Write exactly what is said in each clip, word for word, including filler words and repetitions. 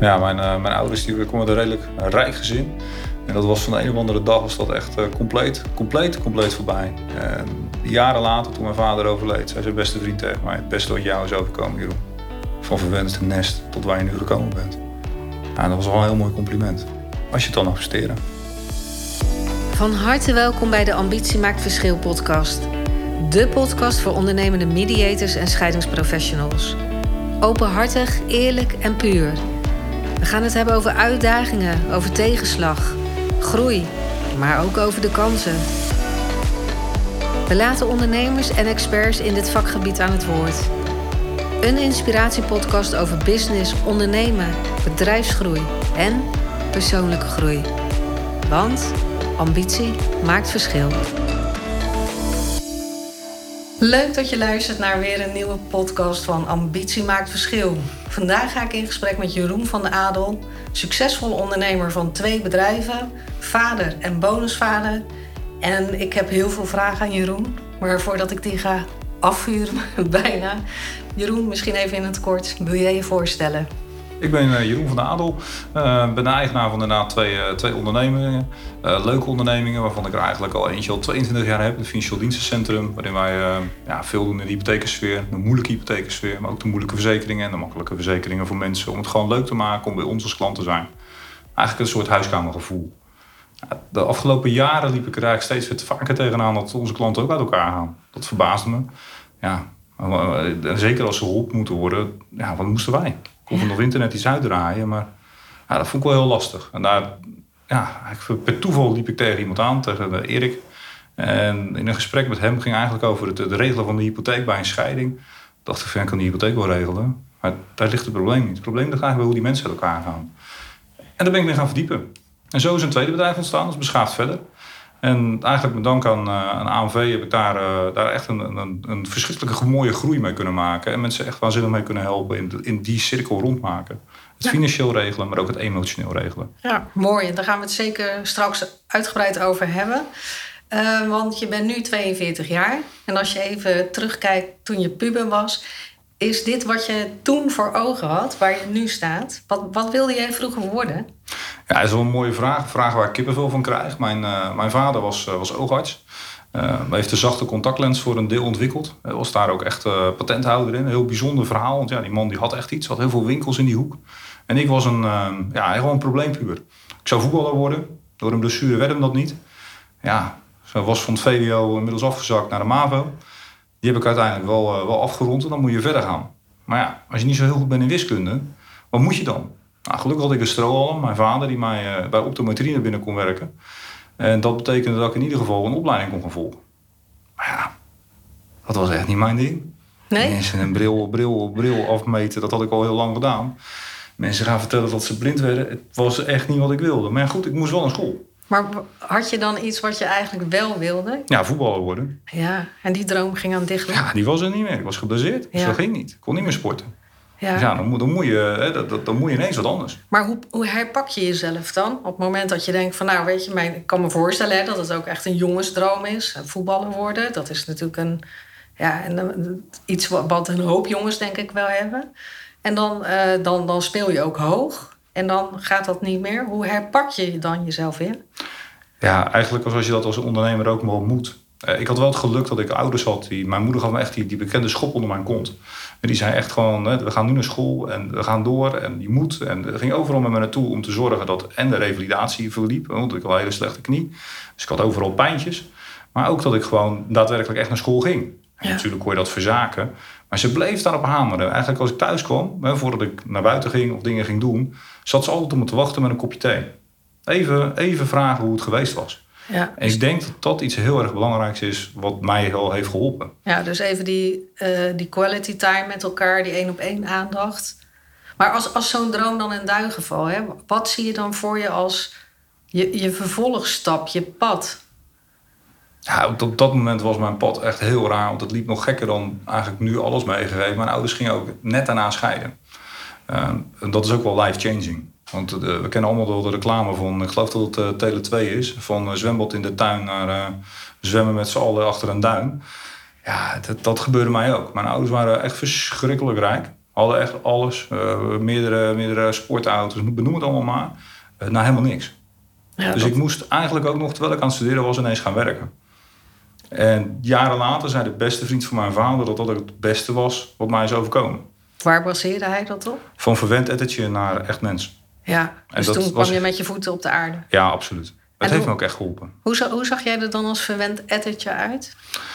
Ja, mijn, uh, mijn ouders die komen uit een redelijk rijk gezin. En dat was van de een of andere dag was dat echt uh, compleet, compleet, compleet voorbij. En jaren later, toen mijn vader overleed, zei zijn beste vriend tegen mij: het beste wat jou is overkomen, Jeroen. Van verwenste nest tot waar je nu gekomen bent. Ja, dat was wel een heel mooi compliment. Als je het dan mag presteren. Van harte welkom bij de Ambitie Maakt Verschil podcast. De podcast voor ondernemende mediators en scheidingsprofessionals. Openhartig, eerlijk en puur. We gaan het hebben over uitdagingen, over tegenslag, groei, maar ook over de kansen. We laten ondernemers en experts in dit vakgebied aan het woord. Een inspiratiepodcast over business, ondernemen, bedrijfsgroei en persoonlijke groei. Want ambitie maakt verschil. Leuk dat je luistert naar weer een nieuwe podcast van Ambitie Maakt Verschil. Vandaag ga ik in gesprek met Jeroen van de Adel, succesvol ondernemer van twee bedrijven, vader en bonusvader. En ik heb heel veel vragen aan Jeroen, maar voordat ik die ga afvuren, bijna. Jeroen, misschien even in het kort, wil jij je voorstellen? Ik ben uh, Jeroen van de Adel, uh, ben de eigenaar van inderdaad twee, uh, twee ondernemingen. Uh, leuke ondernemingen, waarvan ik er eigenlijk al eentje al tweeëntwintig jaar heb. Het Financieel Dienstencentrum, waarin wij uh, ja, veel doen in de hypothekersfeer. De moeilijke hypothekersfeer, maar ook de moeilijke verzekeringen en de makkelijke verzekeringen voor mensen. Om het gewoon leuk te maken, om bij ons als klant te zijn. Eigenlijk een soort huiskamergevoel. De afgelopen jaren liep ik er eigenlijk steeds vaker tegenaan dat onze klanten ook uit elkaar gaan. Dat verbaasde me. Ja, en zeker als ze geholpen moeten worden, ja, wat moesten wij? Ik kon van op internet iets uitdraaien, maar ja, dat vond ik wel heel lastig. En daar, ja, per toeval liep ik tegen iemand aan, tegen Erik. En in een gesprek met hem ging eigenlijk over het, het regelen van de hypotheek bij een scheiding. Ik dacht ik van, ik kan die hypotheek wel regelen. Maar daar ligt het probleem niet. Het probleem ligt eigenlijk bij hoe die mensen uit elkaar gaan. En daar ben ik mee gaan verdiepen. En zo is een tweede bedrijf ontstaan, dat is Beschaafd Verder. En eigenlijk met dank aan, uh, aan A M V heb ik daar, uh, daar echt een, een, een verschrikkelijke mooie groei mee kunnen maken. En mensen echt waanzinnig mee kunnen helpen in, de, in die cirkel rondmaken. Het ja. Financieel regelen, maar ook het emotioneel regelen. Ja, mooi. Daar gaan we het zeker straks uitgebreid over hebben. Uh, want je bent nu tweeënveertig jaar. En als je even terugkijkt toen je puber was, is dit wat je toen voor ogen had, waar je nu staat? Wat, wat wilde jij vroeger worden? Ja, dat is wel een mooie vraag. Een vraag waar ik kippenvel van krijg. Mijn, uh, mijn vader was, uh, was oogarts. Uh, heeft de zachte contactlens voor een deel ontwikkeld. Hij was daar ook echt uh, patenthouder in. Een heel bijzonder verhaal. Want ja, die man die had echt iets. Had heel veel winkels in die hoek. En ik was een, uh, ja, gewoon een probleempuber. Ik zou voetballer worden. Door een blessure werd hem dat niet. Ja, zo was van het V W O inmiddels afgezakt naar de MAVO. Die heb ik uiteindelijk wel, uh, wel afgerond. En dan moet je verder gaan. Maar ja, als je niet zo heel goed bent in wiskunde, wat moet je dan? Nou, gelukkig had ik een strohalm, mijn vader, die mij uh, bij optometrie naar binnen kon werken. En dat betekende dat ik in ieder geval een opleiding kon gaan volgen. Maar ja, dat was echt niet mijn ding. Nee? Mensen een bril op bril op bril afmeten, dat had ik al heel lang gedaan. Mensen gaan vertellen dat ze blind werden. Het was echt niet wat ik wilde. Maar goed, ik moest wel naar school. Maar had je dan iets wat je eigenlijk wel wilde? Ja, voetballer worden. Ja, en die droom ging aan dicht. Ja, die was er niet meer. Ik was geblesseerd, dus ja. Dat ging niet. Ik kon niet meer sporten. Ja, dus ja dan, moet, dan, moet je, hè, dan, dan moet je ineens wat anders. Maar hoe, hoe herpak je jezelf dan? Op het moment dat je denkt van, nou weet je, mijn, ik kan me voorstellen hè, dat het ook echt een jongensdroom is. Voetballer worden, dat is natuurlijk een, ja, een, iets wat, wat een hoop jongens denk ik wel hebben. En dan, uh, dan, dan speel je ook hoog en dan gaat dat niet meer. Hoe herpak je dan jezelf weer? Ja, eigenlijk als je dat als ondernemer ook wel moet. Uh, ik had wel het geluk dat ik ouders had. Die, mijn moeder gaf me echt die, die bekende schop onder mijn kont. En die zei echt gewoon, hè, we gaan nu naar school en we gaan door en je moet. En er ging overal met me naartoe om te zorgen dat en de revalidatie verliep. Want ik had een hele slechte knie. Dus ik had overal pijntjes. Maar ook dat ik gewoon daadwerkelijk echt naar school ging. En ja. Natuurlijk kon je dat verzaken. Maar ze bleef daarop hameren. Eigenlijk als ik thuis kwam, hè, voordat ik naar buiten ging of dingen ging doen, zat ze altijd op me te wachten met een kopje thee. Even, even vragen hoe het geweest was. Ja. En ik denk dat dat iets heel erg belangrijks is wat mij al heeft geholpen. Ja, dus even die, uh, die quality time met elkaar, die één op één aandacht. Maar als, als zo'n droom dan in duigen geval, hè, wat zie je dan voor je als je, je vervolgstap, je pad? Ja, op dat moment was mijn pad echt heel raar, want het liep nog gekker dan eigenlijk nu alles meegegeven. Mijn ouders gingen ook net daarna scheiden. Uh, en dat is ook wel life-changing. Want uh, we kennen allemaal wel de reclame van, ik geloof dat het uh, Tele twee is, van uh, zwembad in de tuin naar uh, zwemmen met z'n allen achter een duin. Ja, dat, dat gebeurde mij ook. Mijn ouders waren echt verschrikkelijk rijk. Hadden echt alles. Uh, meerdere, meerdere sportauto's, benoem het allemaal maar. Uh, nou, helemaal niks. Ja, dus dat... ik moest eigenlijk ook nog, terwijl ik aan het studeren was, ineens gaan werken. En jaren later zei de beste vriend van mijn vader dat dat het beste was wat mij is overkomen. Waar baseerde hij dat op? Van verwend ettertje naar echt mens. Ja, dus toen kwam was... je met je voeten op de aarde. Ja, absoluut. Het en heeft hoe... me ook echt geholpen. Hoe zag, hoe zag jij er dan als verwend ettertje uit?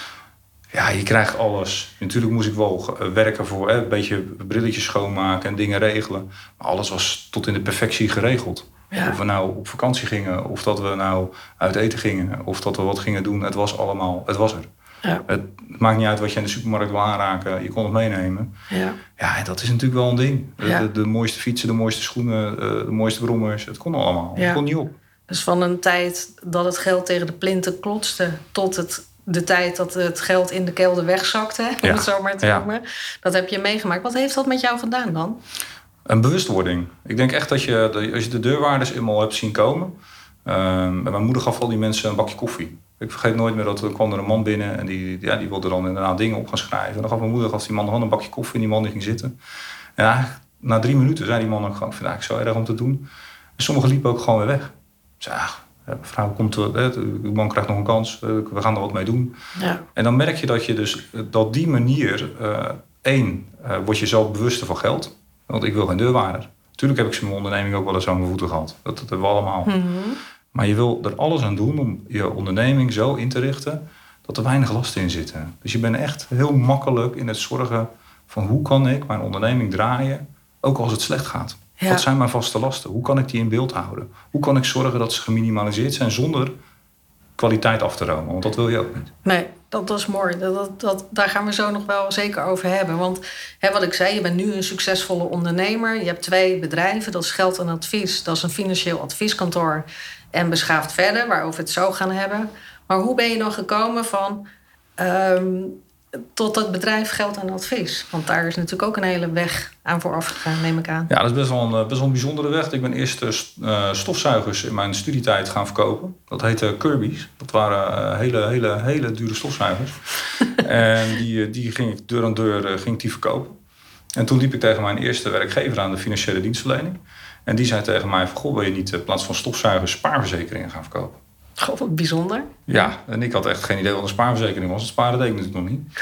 Ja, je krijgt alles. Natuurlijk moest ik wel werken voor hè, een beetje brilletjes schoonmaken en dingen regelen. Maar alles was tot in de perfectie geregeld. Ja. Of we nou op vakantie gingen, of dat we nou uit eten gingen, of dat we wat gingen doen. Het was allemaal, het was er. Ja. Het maakt niet uit wat je in de supermarkt wil aanraken. Je kon het meenemen. Ja, ja en dat is natuurlijk wel een ding. Ja. De, de mooiste fietsen, de mooiste schoenen, de mooiste brommers. Het kon allemaal. Ja. Het kon niet op. Dus van een tijd dat het geld tegen de plinten klotste tot het, de tijd dat het geld in de kelder wegzakte, om ja. het zo maar te ja. noemen. Dat heb je meegemaakt. Wat heeft dat met jou gedaan dan? Een bewustwording. Ik denk echt dat je, als je de deurwaarders eenmaal hebt zien komen. Um, mijn moeder gaf al die mensen een bakje koffie. Ik vergeet nooit meer dat er kwam er een man binnen en die, ja, die wilde dan inderdaad dingen op gaan schrijven. En dan gaf mijn moeder gaf die man gewoon een bakje koffie en die man die ging zitten. En eigenlijk, na drie minuten zei die man ook gewoon, ik vind het eigenlijk zo erg om te doen. En sommigen liepen ook gewoon weer weg. Ik zei, ah, mevrouw, komt er, de man krijgt nog een kans, we gaan er wat mee doen. Ja. En dan merk je dat je dus, dat die manier, uh, één, uh, word je zelf bewuster van geld. Want ik wil geen deurwaarder. Tuurlijk heb ik mijn onderneming ook wel eens aan mijn voeten gehad. Dat, dat hebben we allemaal. Mm-hmm. Maar je wil er alles aan doen om je onderneming zo in te richten dat er weinig lasten in zitten. Dus je bent echt heel makkelijk in het zorgen van hoe kan ik mijn onderneming draaien, ook als het slecht gaat. Ja. Wat zijn mijn vaste lasten? Hoe kan ik die in beeld houden? Hoe kan ik zorgen dat ze geminimaliseerd zijn zonder kwaliteit af te romen? Want dat wil je ook niet. Nee, dat, dat is mooi. Dat, dat, dat, daar gaan we zo nog wel zeker over hebben. Want hè, wat ik zei, je bent nu een succesvolle ondernemer. Je hebt twee bedrijven, dat is Geld en Advies. Dat is een financieel advieskantoor. En Beschaafd Verder, waarover we het zo gaan hebben. Maar hoe ben je dan gekomen van um, tot dat bedrijf Geld en Advies? Want daar is natuurlijk ook een hele weg aan vooraf gegaan, neem ik aan. Ja, dat is best wel een, best wel een bijzondere weg. Ik ben eerst uh, stofzuigers in mijn studietijd gaan verkopen. Dat heette Kirby's. Dat waren uh, hele, hele, hele dure stofzuigers. En die, die ging ik deur aan deur uh, ging die verkopen. En toen liep ik tegen mijn eerste werkgever aan, de financiële dienstverlening. En die zei tegen mij van, goh, wil je niet in plaats van stofzuigers spaarverzekeringen gaan verkopen? Goh, wat bijzonder. Ja, en ik had echt geen idee wat een spaarverzekering was. Het sparen deed ik natuurlijk nog niet.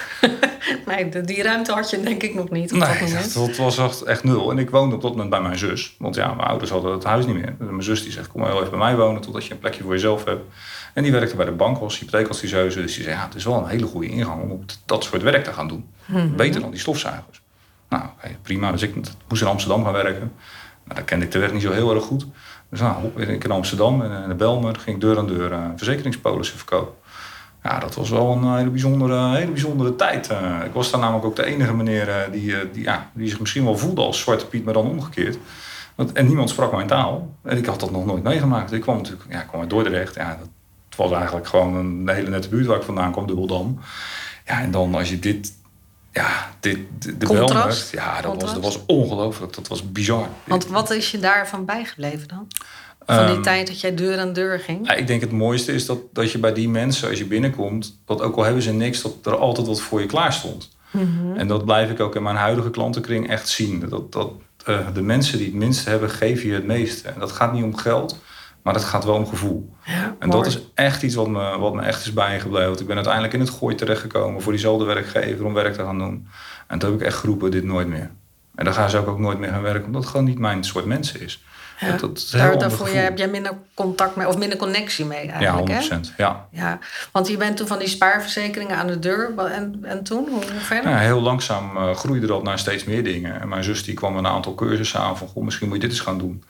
Nee, die ruimte had je denk ik nog niet op nee, dat moment. dat was echt, echt nul. En ik woonde op dat moment bij mijn zus. Want ja, mijn ouders hadden het huis niet meer. Mijn zus die zegt, kom maar heel even bij mij wonen totdat je een plekje voor jezelf hebt. En die werkte bij de bank als hypotheekadviseur. Dus die zei, ja, het is wel een hele goede ingang om op dat soort werk te gaan doen. Mm-hmm. Beter dan die stofzuigers. Nou, okay, prima. Dus ik moest in Amsterdam gaan werken. Nou, daar kende ik de weg niet zo heel erg goed. Dus nou, ik in Amsterdam en in de Belmer ging ik deur aan deur uh, verzekeringspolissen verkopen. Ja, dat was wel een hele bijzondere, hele bijzondere tijd. Uh, ik was daar namelijk ook de enige meneer uh, die, uh, die, ja, die zich misschien wel voelde als Zwarte Piet, maar dan omgekeerd. Want, en niemand sprak mijn taal. En ik had dat nog nooit meegemaakt. Ik kwam natuurlijk ja, ik kwam uit Dordrecht. Ja, dat, het was eigenlijk gewoon een hele nette buurt waar ik vandaan kwam, Dubbeldam. Ja, en dan als je dit... Ja, dit, de, de Belmer, ja, dat was, dat was ongelooflijk. Dat was bizar. Want wat is je daarvan bijgebleven dan? Van die um, tijd dat jij deur aan deur ging? Ja, ik denk het mooiste is dat, dat je bij die mensen, als je binnenkomt, dat ook al hebben ze niks, dat er altijd wat voor je klaar stond. Mm-hmm. En dat blijf ik ook in mijn huidige klantenkring echt zien. Dat, dat uh, de mensen die het minste hebben, geven je het meeste. En dat gaat niet om geld, maar dat gaat wel om gevoel. Ja, en mooi. Dat is echt iets wat me, wat me echt is bijgebleven. Want ik ben uiteindelijk in het Gooi terechtgekomen voor diezelfde werkgever om werk te gaan doen. En toen heb ik echt geroepen, dit nooit meer. En daar gaan ze ook, ook nooit meer gaan werken, omdat het gewoon niet mijn soort mensen is. Ja, dat, dat is daar, daarvoor je, heb jij minder contact mee of minder connectie mee eigenlijk. Ja, honderd procent. Hè? Ja. Ja, want je bent toen van die spaarverzekeringen aan de deur. En, en toen, hoe verder? Ja, heel langzaam uh, groeide dat naar steeds meer dingen. En mijn zus die kwam een aantal cursussen aan van, goh, misschien moet je dit eens gaan doen.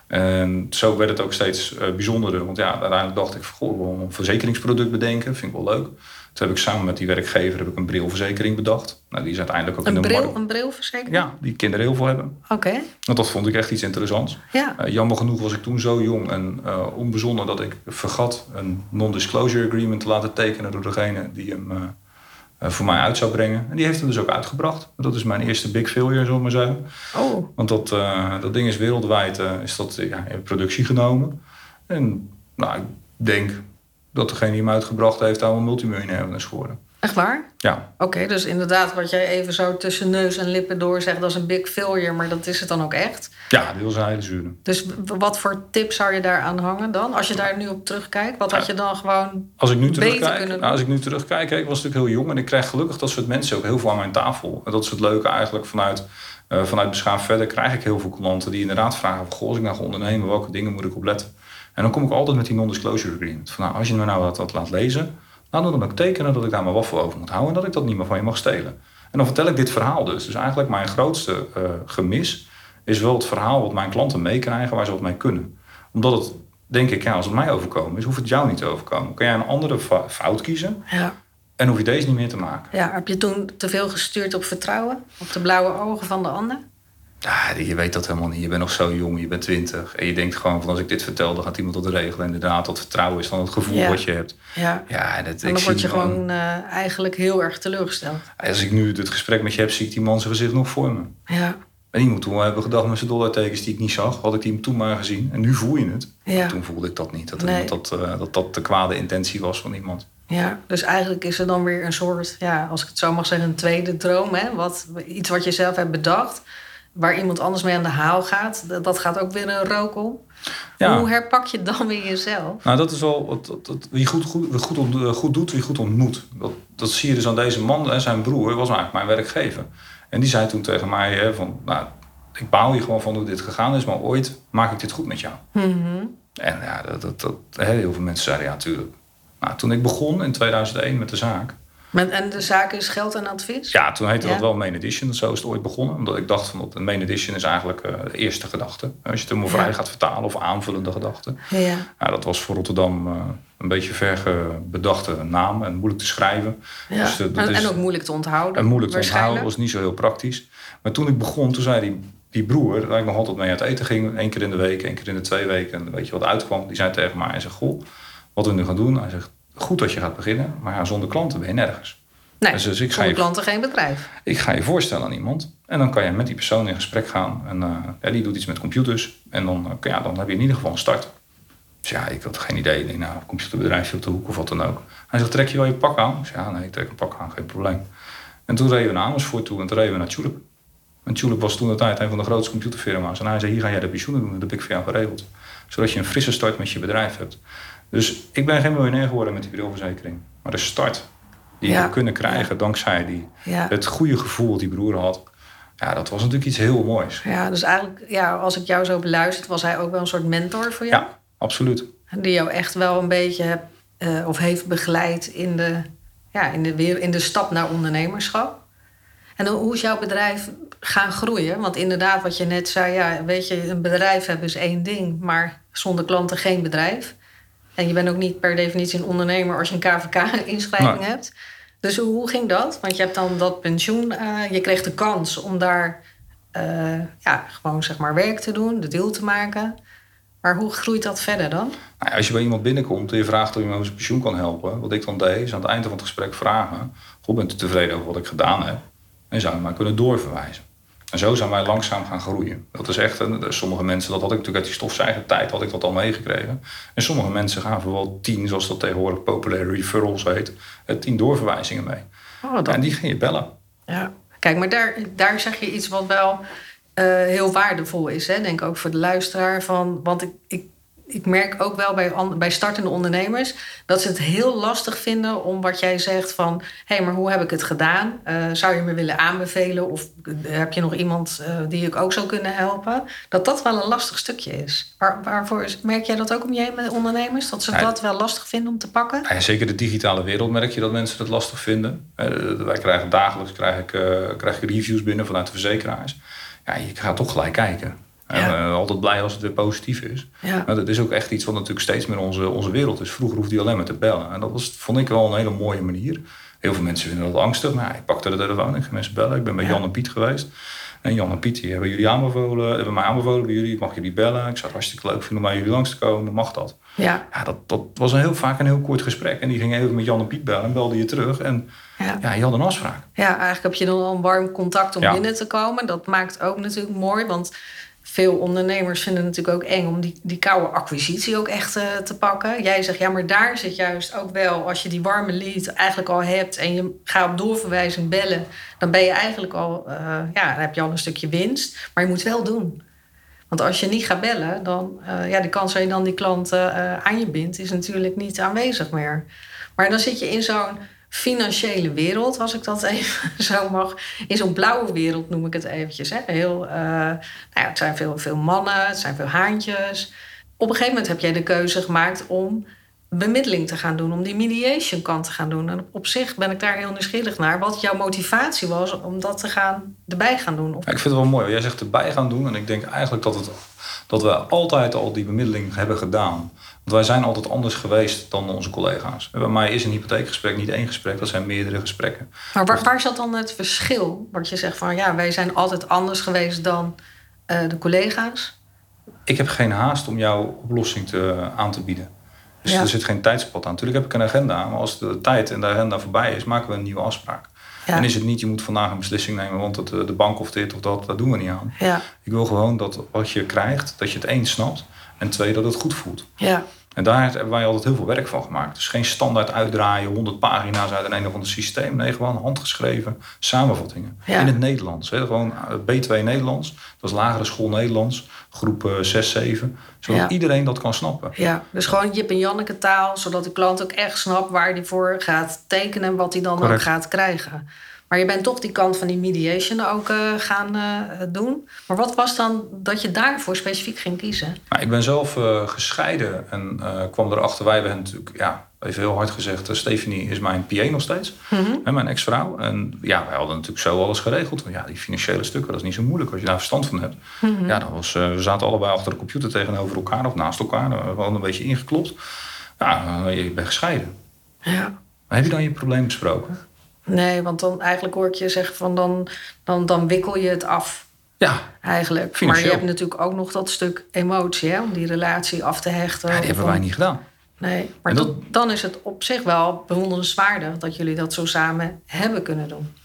En zo werd het ook steeds uh, bijzonderder. Want ja, uiteindelijk dacht ik, goh, ik wil een verzekeringsproduct bedenken. Vind ik wel leuk. Toen heb ik samen met die werkgever heb ik een brilverzekering bedacht. Nou, die is uiteindelijk ook een in de bril, markt. Een brilverzekering? Ja, die kinderen heel veel hebben. Oké. Okay. Want dat vond ik echt iets interessants. Ja. Uh, jammer genoeg was ik toen zo jong en uh, onbezonnen dat ik vergat een non-disclosure agreement te laten tekenen door degene die hem uh, uh, voor mij uit zou brengen. En die heeft hem dus ook uitgebracht. Dat is mijn eerste big failure, zullen we maar zeggen. Oh. Want dat, uh, dat ding is wereldwijd uh, is dat, ja, in productie genomen. En nou, ik denk dat degene die hem uitgebracht heeft, daar een multimiljonair is geworden. Echt waar? Ja. Oké, okay, dus inderdaad wat jij even zo tussen neus en lippen door zegt... dat is een big failure, maar dat is het dan ook echt? Ja, dat was een hele zure. Dus wat voor tips zou je daar aan hangen dan? Als je daar nu op terugkijkt, wat ja. had je dan gewoon als ik nu beter terugkijk, kunnen doen? Nou, als ik nu terugkijk, ik was natuurlijk heel jong... en ik krijg gelukkig dat soort mensen ook heel veel aan mijn tafel. En dat is het leuke eigenlijk vanuit, uh, vanuit Beschaafd Verder... krijg ik heel veel klanten die inderdaad vragen... Van, goh, als ik nou ga ondernemen, welke dingen moet ik op letten? En dan kom ik altijd met die non-disclosure agreement. Van, nou, als je me nou wat, wat laat lezen... laat dan ook tekenen dat ik daar mijn waffel over moet houden... en dat ik dat niet meer van je mag stelen. En dan vertel ik dit verhaal dus. Dus eigenlijk mijn grootste uh, gemis is wel het verhaal... wat mijn klanten meekrijgen, waar ze wat mee kunnen. Omdat het, denk ik, ja, als het mij overkomen is... hoeft het jou niet te overkomen. Kan jij een andere fout kiezen... Ja. en hoef je deze niet meer te maken. Ja, heb je toen te veel gestuurd op vertrouwen? Op de blauwe ogen van de ander? Ja, je weet dat helemaal niet. Je bent nog zo jong, je bent twintig. En je denkt gewoon van als ik dit vertel, dan gaat iemand dat regelen. Inderdaad, dat vertrouwen is dan het gevoel ja. wat je hebt. Ja, ja en, dat, en dan ik word je gewoon, gewoon uh, eigenlijk heel erg teleurgesteld. Als ik nu het gesprek met je heb, zie ik die man zijn gezicht nog voor me. Ja. En die moet toen hebben gedacht met zijn dollartekens die ik niet zag. Had ik die toen maar gezien. En nu voel je het. Ja. Toen voelde ik dat niet. Dat, nee. dat, uh, dat dat de kwade intentie was van iemand. Ja, dus eigenlijk is er dan weer een soort, ja, als ik het zo mag zeggen, een tweede droom. Hè? Wat, iets wat je zelf hebt bedacht. Waar iemand anders mee aan de haal gaat, dat gaat ook weer een rook om. Ja. Hoe herpak je dan weer jezelf? Nou, dat is wel wat, wat, wat, wie goed, goed, goed, ont, goed doet, wie goed ontmoet. Dat, dat zie je dus aan deze man. Hè, zijn broer was eigenlijk mijn werkgever. En die zei toen tegen mij hè, van, nou, ik baal hier gewoon van hoe dit gegaan is, maar ooit maak ik dit goed met jou. Mm-hmm. En ja, dat, dat, dat, heel veel mensen zeiden ja, natuurlijk. Nou, toen ik begon in tweeduizend één met de zaak. Met, en de zaak is geld en advies? Ja, toen heette ja. dat wel Main Edition. Zo is het ooit begonnen. Omdat ik dacht van de Main Edition is eigenlijk uh, de eerste gedachte. Als je het helemaal vrij ja. gaat vertalen of aanvullende gedachten. Ja. Ja, dat was voor Rotterdam uh, een beetje verge bedachte naam en moeilijk te schrijven. Ja. Dus, uh, dat en, is, en ook moeilijk te onthouden. En moeilijk te onthouden, was niet zo heel praktisch. Maar toen ik begon, toen zei die, die broer, waar ik nog altijd mee aan het eten ging, één keer in de week, één keer in de twee weken, en weet je wat uitkwam, die zei tegen mij, hij zegt, goh, wat we nu gaan doen, hij zegt, goed dat je gaat beginnen, maar ja, zonder klanten ben je nergens. Nee, dus, dus ik zonder ga je, klanten geen bedrijf. Ik ga je voorstellen aan iemand. En dan kan je met die persoon in gesprek gaan. En uh, ja, die doet iets met computers. En dan, uh, ja, dan heb je in ieder geval een start. Dus ja, ik had geen idee. Ik denk, nou, een computerbedrijfje op de hoek of wat dan ook. Hij zegt, trek je wel je pak aan? Ik zei, ja, nee, ik trek een pak aan, geen probleem. En toen reden we naar Amersfoort toe en toen reden we naar Tulip. En Tulip was toen de tijd een van de grootste computerfirma's. En hij zei, hier ga jij de pensioenen doen. Dat heb ik voor jou geregeld. Zodat je een frisse start met je bedrijf hebt. Dus ik ben geen miljonair geworden met die brilverzekering. Maar de start die ja. we kunnen krijgen ja. dankzij die, ja. het goede gevoel dat die broer had. Ja, dat was natuurlijk iets heel moois. Ja, dus eigenlijk, ja, als ik jou zo beluister, was hij ook wel een soort mentor voor jou? Ja, absoluut. Die jou echt wel een beetje heb, uh, of heeft begeleid in de, ja, in, de weer, in de stap naar ondernemerschap. En hoe is jouw bedrijf gaan groeien? Want inderdaad, wat je net zei, ja, weet je, een bedrijf hebben is één ding, maar zonder klanten geen bedrijf. En je bent ook niet per definitie een ondernemer als je een K V K-inschrijving nee. hebt. Dus hoe ging dat? Want je hebt dan dat pensioen. Uh, je kreeg de kans om daar uh, ja, gewoon zeg maar werk te doen, de deal te maken. Maar hoe groeit dat verder dan? Nou ja, als je bij iemand binnenkomt en je vraagt of je me met zijn pensioen kan helpen. Wat ik dan deed, is aan het eind van het gesprek vragen. Goh, bent u tevreden over wat ik gedaan heb? En zou je mij kunnen doorverwijzen. En zo zijn wij langzaam gaan groeien. Dat is echt, sommige mensen, dat had ik natuurlijk uit die stofzuigertijd, had ik dat al meegekregen. En sommige mensen gaven wel tien, zoals dat tegenwoordig populair referrals heet, tien doorverwijzingen mee. Oh, dat... En die ging je bellen. Ja, kijk, maar daar, daar zeg je iets wat wel uh, heel waardevol is, hè? Denk ik ook voor de luisteraar. Van, want ik, ik, ik merk ook wel bij, bij startende ondernemers dat ze het heel lastig vinden om wat jij zegt van, hé, hey, maar hoe heb ik het gedaan? Uh, zou je me willen aanbevelen? Of heb je nog iemand uh, die ik ook zou kunnen helpen? Dat dat wel een lastig stukje is. Waar, waarvoor is, merk jij dat ook om je heen met ondernemers? Dat ze ja, dat wel lastig vinden om te pakken? Ja, zeker de digitale wereld merk je dat mensen het lastig vinden. Uh, wij krijgen dagelijks krijg ik, uh, krijg ik reviews binnen vanuit de verzekeraars. Ja, je gaat toch gelijk kijken. Ja. En uh, altijd blij als het weer positief is. Ja. Maar dat is ook echt iets wat natuurlijk steeds meer onze, onze wereld is. Vroeger hoefde je alleen maar te bellen. En dat was, vond ik wel een hele mooie manier. Heel veel mensen vinden dat angstig. Maar ja, ik pakte de telefoon, ik ga mensen bellen. Ik ben bij ja. Jan en Piet geweest. En Jan en Piet die hebben jullie aanbevolen, hebben mij aanbevolen bij jullie. Ik mag jullie bellen. Ik zou het hartstikke leuk vinden om bij jullie langs te komen. Mag dat? Ja. Ja, dat, dat was een heel vaak een heel kort gesprek. En die ging even met Jan en Piet bellen en belde je terug. En ja, ja je had een afspraak. Ja, eigenlijk heb je dan al een warm contact om ja. binnen te komen. Dat maakt ook natuurlijk mooi, want veel ondernemers vinden het natuurlijk ook eng om die, die koude acquisitie ook echt uh, te pakken. Jij zegt, ja, maar daar zit juist ook wel, als je die warme lead eigenlijk al hebt en je gaat op doorverwijzing bellen, dan ben je eigenlijk al, uh, ja, dan heb je al een stukje winst. Maar je moet wel doen. Want als je niet gaat bellen, dan, uh, ja, de kans dat je dan die klant uh, aan je bindt, is natuurlijk niet aanwezig meer. Maar dan zit je in zo'n financiële wereld, als ik dat even zo mag. In zo'n blauwe wereld noem ik het eventjes. Hè. Heel, uh, nou ja, het zijn veel, veel mannen, het zijn veel haantjes. Op een gegeven moment heb jij de keuze gemaakt om bemiddeling te gaan doen, om die mediation kant te gaan doen. En op zich ben ik daar heel nieuwsgierig naar, wat jouw motivatie was om dat te gaan erbij gaan doen. Of... Ja, ik vind het wel mooi. Jij zegt erbij gaan doen. En ik denk eigenlijk dat, het, dat we altijd al die bemiddeling hebben gedaan. Want wij zijn altijd anders geweest dan onze collega's. Bij mij is een hypotheekgesprek niet één gesprek, dat zijn meerdere gesprekken. Maar waar, waar zat dan het verschil? Wat je zegt van, ja, wij zijn altijd anders geweest dan uh, de collega's. Ik heb geen haast om jouw oplossing te, aan te bieden. Dus ja. Er zit geen tijdspad aan. Natuurlijk heb ik een agenda, maar als de tijd en de agenda voorbij is, maken we een nieuwe afspraak. Ja. En is het niet, je moet vandaag een beslissing nemen, want het, de bank of dit of dat, dat doen we niet aan. Ja. Ik wil gewoon dat wat je krijgt, dat je het één snapt en twee, dat het goed voelt. Ja. En daar hebben wij altijd heel veel werk van gemaakt. Dus geen standaard uitdraaien, honderd pagina's uit een of ander systeem. Nee, gewoon handgeschreven samenvattingen. Ja. In het Nederlands. Hè. Gewoon B twee Nederlands. Dat is lagere school Nederlands. Groep zes, zeven. Zodat ja. iedereen dat kan snappen. Ja, dus gewoon Jip en Janneke taal. Zodat de klant ook echt snapt waar hij voor gaat tekenen. En wat hij dan Correct. ook gaat krijgen. Maar je bent toch die kant van die mediation ook uh, gaan uh, doen. Maar wat was dan dat je daarvoor specifiek ging kiezen? Nou, ik ben zelf uh, gescheiden en uh, kwam erachter. Wij hebben natuurlijk, ja, even heel hard gezegd, uh, Stephanie is mijn P A nog steeds. Mm-hmm. Hè, mijn ex-vrouw. En ja, wij hadden natuurlijk zo alles geregeld. Want ja, die financiële stukken, dat is niet zo moeilijk als je daar verstand van hebt. Mm-hmm. Ja, dat was, uh, we zaten allebei achter de computer tegenover elkaar of naast elkaar. We hadden een beetje ingeklopt. Ja, uh, je bent gescheiden. Ja. Maar heb je dan je probleem besproken? Nee, want dan eigenlijk hoor ik je zeggen van dan, dan, dan wikkel je het af. Ja, eigenlijk. Financieel. Maar je hebt natuurlijk ook nog dat stuk emotie, hè, om die relatie af te hechten. Ja, die hebben om... wij niet gedaan. Nee, maar dat... dat, dan is het op zich wel bewonderenswaardig dat jullie dat zo samen hebben kunnen doen.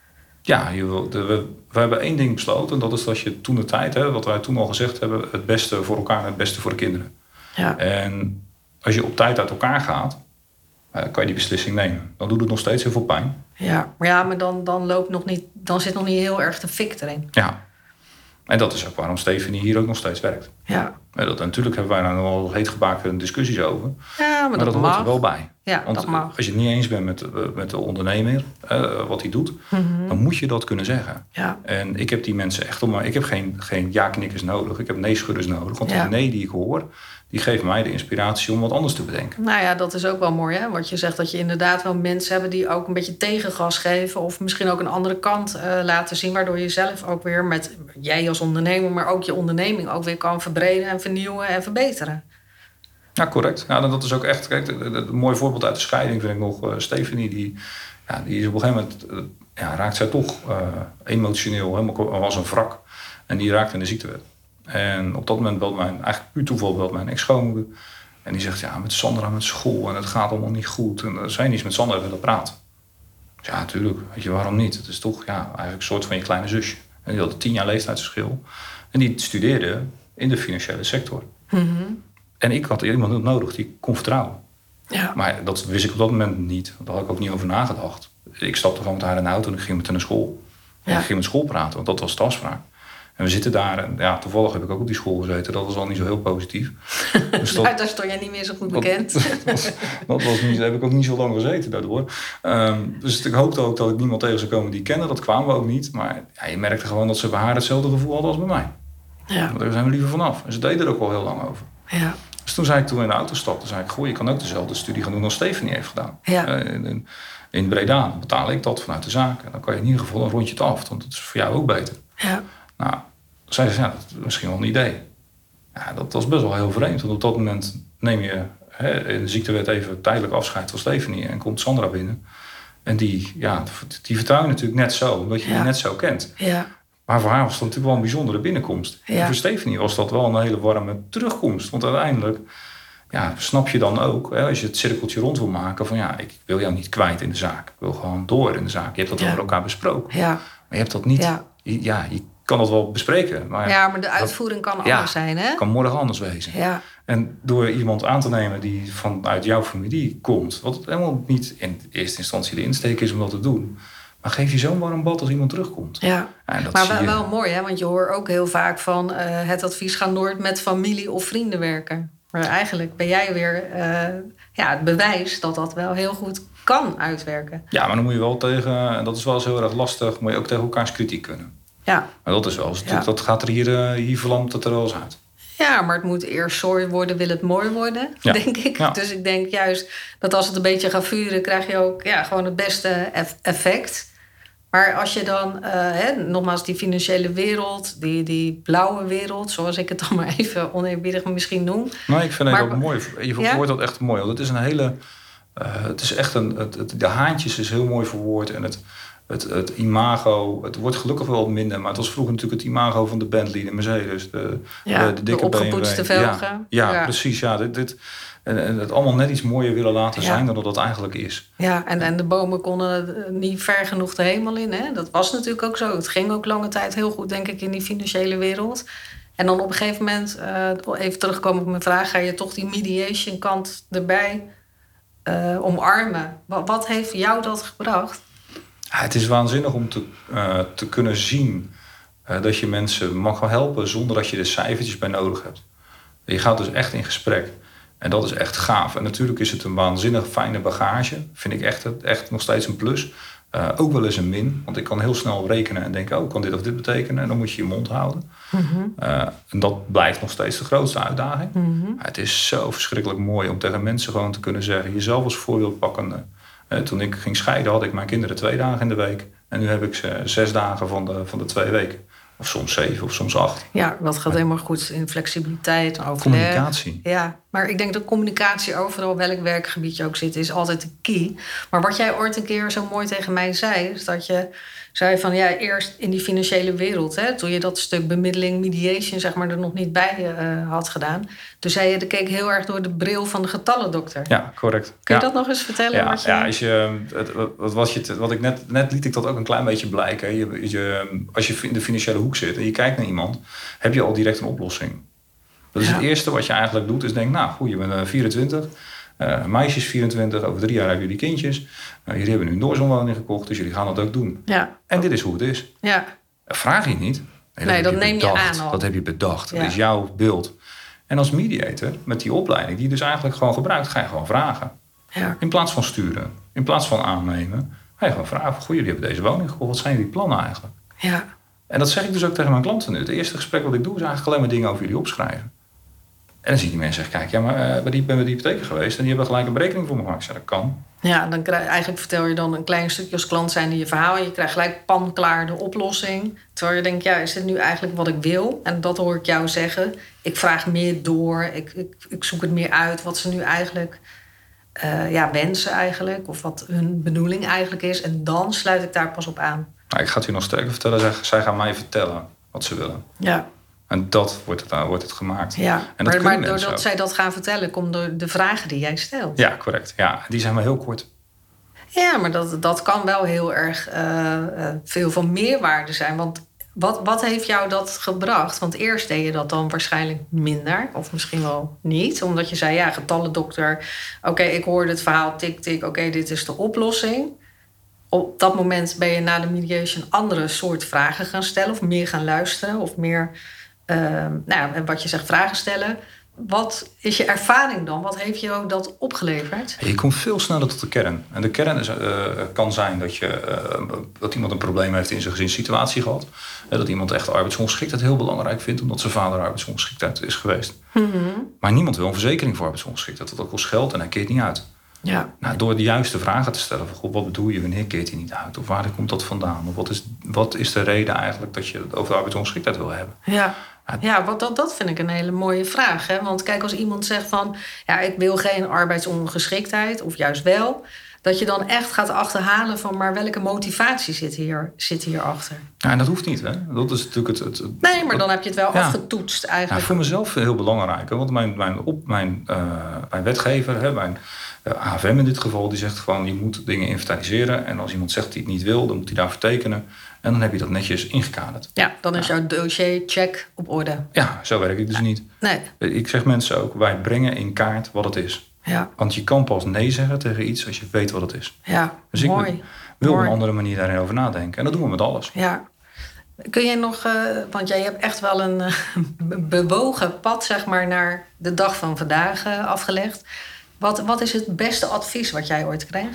Ja, je wil, de, we, we hebben één ding besloten. En dat is dat je toen de tijd, hè, wat wij toen al gezegd hebben, het beste voor elkaar en het beste voor de kinderen. Ja. En als je op tijd uit elkaar gaat, kan je die beslissing nemen. Dan doet het nog steeds heel veel pijn. Ja, maar, ja, maar dan, dan, loopt nog niet, dan zit nog niet heel erg de fik erin. Ja, en dat is ook waarom Stephanie hier ook nog steeds werkt. Ja. En dat, natuurlijk hebben wij daar nog wel heetgebakende discussies over. Ja, maar, maar dat, dat mag. hoort er wel bij. Ja, Want dat mag. als je het niet eens bent met, met de ondernemer, uh, wat hij doet, mm-hmm. dan moet je dat kunnen zeggen. Ja. En ik heb die mensen echt, maar ik heb geen, geen ja-knikkers nodig. Ik heb nee-schudders nodig. Want ja. die nee die ik hoor, die geven mij de inspiratie om wat anders te bedenken. Nou ja, dat is ook wel mooi, hè? Wat je zegt, dat je inderdaad wel mensen hebben die ook een beetje tegengas geven. Of misschien ook een andere kant uh, laten zien. Waardoor je zelf ook weer met, jij als ondernemer, maar ook je onderneming ook weer kan verbreden en vernieuwen en verbeteren. Ja, correct. Ja, dat is ook echt, kijk, een mooi voorbeeld uit de scheiding vind ik nog. Uh, Stephanie, die, ja, die is op een gegeven moment, uh, ja, raakt zij toch uh, emotioneel, helemaal was een wrak. En die raakte in de ziektewet. En op dat moment belt mijn, eigenlijk puur toeval, belt mijn ex-schoonmoeder. En die zegt, ja, met Sandra met school en het gaat allemaal niet goed. En zij niet eens met Sandra willen praten. Dus ja, natuurlijk. Weet je, waarom niet? Het is toch, ja, eigenlijk een soort van je kleine zusje. En die had een tien jaar leeftijdsverschil. En die studeerde in de financiële sector. Mm-hmm. En ik had iemand nodig die ik kon vertrouwen. Ja. Maar dat wist ik op dat moment niet. Daar had ik ook niet over nagedacht. Ik stapte gewoon met haar in de auto en ik ging met haar naar school. Ja. En ik ging met school praten, want dat was de afspraak. En we zitten daar en ja, toevallig heb ik ook op die school gezeten. Dat was al niet zo heel positief. Dus dat, daar stond je niet meer zo goed bekend. Dat, dat, was, dat was niet, daar heb ik ook niet zo lang gezeten daardoor. Um, dus ik hoopte ook dat ik niemand tegen zou komen die ik kende. Dat kwamen we ook niet. Maar ja, je merkte gewoon dat ze bij haar hetzelfde gevoel hadden als bij mij. Ja. Daar zijn we liever vanaf. En ze deden er ook wel heel lang over. Ja. Dus toen zei ik, toen in de auto stapte, zei ik, goh, je kan ook dezelfde studie gaan doen als Stephanie heeft gedaan. Ja. Uh, in, in Breda dan betaal ik dat vanuit de zaak. En dan kan je in ieder geval een rondje het af. Want dat is voor jou ook beter. Ja. Nou, zei ze, ja, dat is misschien wel een idee. Ja, dat was best wel heel vreemd. Want op dat moment neem je hè, in de ziektewet even tijdelijk afscheid van Stephanie. En komt Sandra binnen. En die, ja, die vertrouw je natuurlijk net zo. Omdat je ja. die net zo kent. Ja. Maar voor haar was dat natuurlijk wel een bijzondere binnenkomst. Ja. En voor Stephanie was dat wel een hele warme terugkomst. Want uiteindelijk ja, snap je dan ook, hè, als je het cirkeltje rond wil maken, van ja, ik wil jou niet kwijt in de zaak. Ik wil gewoon door in de zaak. Je hebt dat ja. over elkaar besproken. Ja. Maar je hebt dat niet. Ja. Je, ja, je kan dat wel bespreken. Maar ja, maar de uitvoering dat, kan ja, anders zijn, hè? Kan morgen anders wezen. Ja. En door iemand aan te nemen die vanuit jouw familie komt, wat helemaal niet in eerste instantie de insteek is om dat te doen, maar geef je zo'n warm bad als iemand terugkomt. Ja, ja dat maar zie wel, je. wel mooi, hè? Want je hoort ook heel vaak van uh, het advies gaat nooit met familie of vrienden werken. Maar eigenlijk ben jij weer uh, ja, het bewijs dat dat wel heel goed kan uitwerken. Ja, maar dan moet je wel tegen, en dat is wel eens heel erg lastig, moet je ook tegen elkaars kritiek kunnen. Ja. Maar dat is wel eens, ja. dat gaat er hier, uh, hier verlamt het er wel eens uit. Ja, maar het moet eerst sorry worden, wil het mooi worden, ja. denk ik. Ja. Dus ik denk juist dat als het een beetje gaat vuren, krijg je ook ja, gewoon het beste effect. Maar als je dan, uh, hè, nogmaals, die financiële wereld, die, die blauwe wereld, zoals ik het dan maar even oneerbiedig misschien noem. Nee, ik vind maar, dat mooi. Je verwoordt ja? dat echt mooi. Want het is een hele, uh, het is echt een, het, het, de haantjes is heel mooi verwoord en het, het, het imago, het wordt gelukkig wel wat minder, maar het was vroeger natuurlijk het imago van de Bentley, de Mercedes, de, ja, de, de dikke de opgepoetste velgen. Ja, ja, ja, precies. Ja, dit, dit, en, en het allemaal net iets mooier willen laten zijn ja. dan dat het eigenlijk is. Ja, en, en de bomen konden niet ver genoeg de hemel in. Hè? Dat was natuurlijk ook zo. Het ging ook lange tijd heel goed, denk ik, in die financiële wereld. En dan op een gegeven moment, uh, even terugkomen op mijn vraag, ga je toch die mediation kant erbij uh, omarmen. Wat, wat heeft jou dat gebracht? Ja, het is waanzinnig om te, uh, te kunnen zien uh, dat je mensen mag helpen zonder dat je er cijfertjes bij nodig hebt. Je gaat dus echt in gesprek. En dat is echt gaaf. En natuurlijk is het een waanzinnig fijne bagage. Vind ik echt, echt nog steeds een plus. Uh, ook wel eens een min. Want ik kan heel snel rekenen en denken, oh, kan dit of dit betekenen? En dan moet je je mond houden. Mm-hmm. Uh, en dat blijft nog steeds de grootste uitdaging. Mm-hmm. Het is zo verschrikkelijk mooi om tegen mensen gewoon te kunnen zeggen, jezelf als voorbeeld pakken. Uh, toen ik ging scheiden had ik mijn kinderen twee dagen in de week. En nu heb ik ze zes dagen van de, van de twee weken. Of soms zeven of soms acht. Ja, dat gaat helemaal goed in flexibiliteit, overleg. Communicatie. Ja, maar ik denk dat communicatie overal, welk werkgebied je ook zit, is altijd de key. Maar wat jij ooit een keer zo mooi tegen mij zei, is dat je zei van ja, eerst in die financiële wereld, hè, toen je dat stuk bemiddeling, mediation, zeg maar, er nog niet bij uh, had gedaan. Toen zei je, dat keek heel erg door de bril van de getallendokter. Ja, correct. Kun je ja. dat nog eens vertellen? Ja, wat, je... ja als je, het, wat, was je, wat ik net, net liet ik dat ook een klein beetje blijken. Je, je, als je in de financiële hoek zit en je kijkt naar iemand, heb je al direct een oplossing. Dat is ja. het eerste wat je eigenlijk doet, is denk, nou goed, je bent vierentwintig. Uh, meisjes vierentwintig, over drie jaar hebben jullie kindjes. Uh, jullie hebben nu een doorzonwoning gekocht, dus jullie gaan dat ook doen. Ja. En dit is hoe het is. Ja. Vraag je niet. Nee, nee, dat, dat neem bedacht. je aan al. Dat heb je bedacht. Ja. Dat is jouw beeld. En als mediator, met die opleiding die je dus eigenlijk gewoon gebruikt, ga je gewoon vragen. Ja. In plaats van sturen, in plaats van aannemen, ga je gewoon vragen. Goh, jullie hebben deze woning gekocht, wat zijn jullie plannen eigenlijk? Ja. En dat zeg ik dus ook tegen mijn klanten nu. Het eerste gesprek wat ik doe is eigenlijk alleen maar dingen over jullie opschrijven. En dan zie je die mensen zeggen, kijk, ja, maar uh, bij die ben bij die hypotheek geweest en die hebben gelijk een berekening voor me gemaakt. Ik zeg, dat kan. Ja, dan krijg, eigenlijk vertel je dan een klein stukje als klant zijn in je verhaal. En je krijgt gelijk panklaar de oplossing. Terwijl je denkt, ja, is dit nu eigenlijk wat ik wil? En dat hoor ik jou zeggen. Ik vraag meer door. Ik, ik, ik zoek het meer uit wat ze nu eigenlijk uh, ja, wensen eigenlijk. Of wat hun bedoeling eigenlijk is. En dan sluit ik daar pas op aan. Nou, ik ga het u nog sterker vertellen. Zij, zij gaan mij vertellen wat ze willen. Ja. En dat wordt het, uh, wordt het gemaakt. Ja, en dat maar, maar doordat ook. zij dat gaan vertellen, komt door de vragen die jij stelt. Ja, correct. Ja, die zijn maar heel kort. Ja, maar dat, dat kan wel heel erg uh, uh, veel van meerwaarde zijn. Want wat, wat heeft jou dat gebracht? Want eerst deed je dat dan waarschijnlijk minder. Of misschien wel niet. Omdat je zei, ja, getallendokter. Oké, okay, ik hoorde het verhaal, tik, tik. Oké, okay, dit is de oplossing. Op dat moment ben je na de mediation andere soort vragen gaan stellen. Of meer gaan luisteren. Of meer... Uh, nou, wat je zegt, vragen stellen. Wat is je ervaring dan? Wat heeft jou dat opgeleverd? Je komt veel sneller tot de kern. En de kern is, uh, kan zijn dat, je, uh, dat iemand een probleem heeft in zijn gezinssituatie gehad. Uh, dat iemand echt arbeidsongeschiktheid heel belangrijk vindt, omdat zijn vader arbeidsongeschiktheid is geweest. Mm-hmm. Maar niemand wil een verzekering voor arbeidsongeschiktheid. Dat kost geld en hij keert niet uit. Ja. Nou, door de juiste vragen te stellen van, goh, wat bedoel je, wanneer keert hij niet uit? Of waar komt dat vandaan? Of wat is, wat is de reden eigenlijk dat je het over de arbeidsongeschiktheid wil hebben? Ja. Ja, wat dat, dat vind ik een hele mooie vraag. Hè? Want kijk, als iemand zegt van... ja, ik wil geen arbeidsongeschiktheid, of juist wel... dat je dan echt gaat achterhalen van... maar welke motivatie zit hier, zit hierachter? Ja, en dat hoeft niet, hè? Dat is natuurlijk het... het, het nee, maar dan heb je het wel ja. afgetoetst eigenlijk. Ja, voor mezelf heel belangrijk. Hè? Want mijn, mijn, op, mijn, uh, mijn wetgever, hè, mijn uh, A F M in dit geval... die zegt gewoon, je moet dingen inventariseren... en als iemand zegt dat hij het niet wil, dan moet hij daarvoor tekenen... En dan heb je dat netjes ingekaderd. Ja, dan is ja. jouw dossier check op orde. Ja, zo werk ik dus niet. Nee. Ik zeg mensen ook, wij brengen in kaart wat het is. Ja. Want je kan pas nee zeggen tegen iets als je weet wat het is. Ja, dus mooi. ik wil mooi. op een andere manier daarin over nadenken. En dat doen we met alles. Ja. Kun je nog, uh, want jij hebt echt wel een uh, bewogen pad, zeg maar, naar de dag van vandaag uh, afgelegd. Wat, wat is het beste advies wat jij ooit kreeg?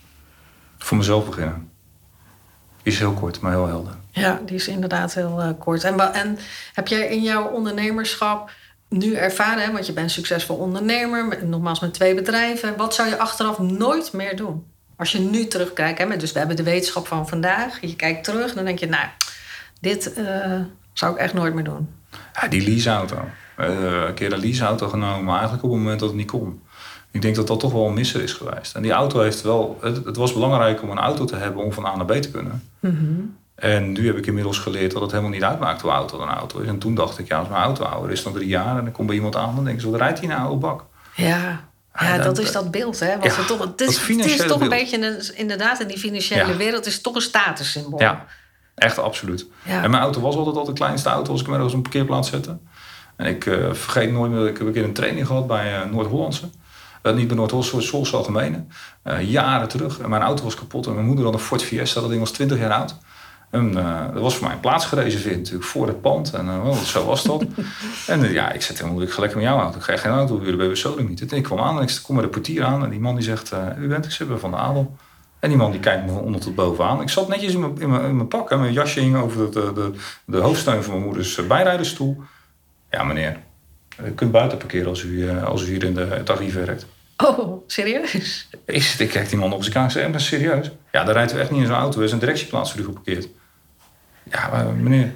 Voor mezelf beginnen. Die is heel kort, maar heel helder. Ja, die is inderdaad heel uh, kort. En, en heb jij in jouw ondernemerschap nu ervaren, hè, want je bent een succesvol ondernemer, met, nogmaals met twee bedrijven. Wat zou je achteraf nooit meer doen? Als je nu terugkijkt, hè, dus we hebben de wetenschap van vandaag. Je kijkt terug, dan denk je, nou, dit uh, zou ik echt nooit meer doen. Ja, die leaseauto. Uh, een keer een leaseauto genomen, maar eigenlijk op het moment dat het niet kon. Ik denk dat dat toch wel een misser is geweest. En die auto heeft wel... Het, het was belangrijk om een auto te hebben om van A naar B te kunnen. Mm-hmm. En nu heb ik inmiddels geleerd dat het helemaal niet uitmaakt hoe oud een auto is. En toen dacht ik, ja, als mijn auto ouder is dan drie jaar... en dan komt bij iemand aan, dan denk ik, wat rijdt hij nou, oude bak? Ja, ja, dat is dat beeld, hè? Wat ja, toch, het is, het is toch een beeld. beetje, een, inderdaad, in die financiële ja. wereld... is toch een statussymbool. Ja, echt absoluut. Ja. En mijn auto was altijd al de kleinste auto als ik hem ergens op een parkeerplaats zette. En ik uh, vergeet nooit meer, ik heb een keer een training gehad bij uh, Noord-Hollandse. Uh, niet bij Noord-Hollandse, Solse Algemene. Uh, jaren terug. En mijn auto was kapot. En mijn moeder had een Ford Fiesta, dat ding was twintig jaar oud. En uh, dat was voor mij een plaats gereserveerd natuurlijk voor het pand. En uh, well, zo was dat. en uh, ja, ik zei tegen ik ga lekker met jouw auto. Ik ga geen auto huren bij Westzoden niet. En ik kwam aan en ik kom met de portier aan. En die man die zegt, uh, u bent, ik zit bij Van der Adel. En die man die kijkt me van onder tot bovenaan. Ik zat netjes in mijn, in mijn, in mijn pak. En mijn jasje hing over de, de, de hoofdsteun van mijn moeders bijrijdersstoel. Ja, meneer. U kunt buiten parkeren als u, uh, als u hier in de, het archief werkt. Oh, serieus? Ik, ik kijk die man nog eens aan en zeg, dat is serieus? Ja, daar rijdt u echt niet in zo'n auto. Er is een directieplaats voor u geparkeerd. Ja, maar meneer,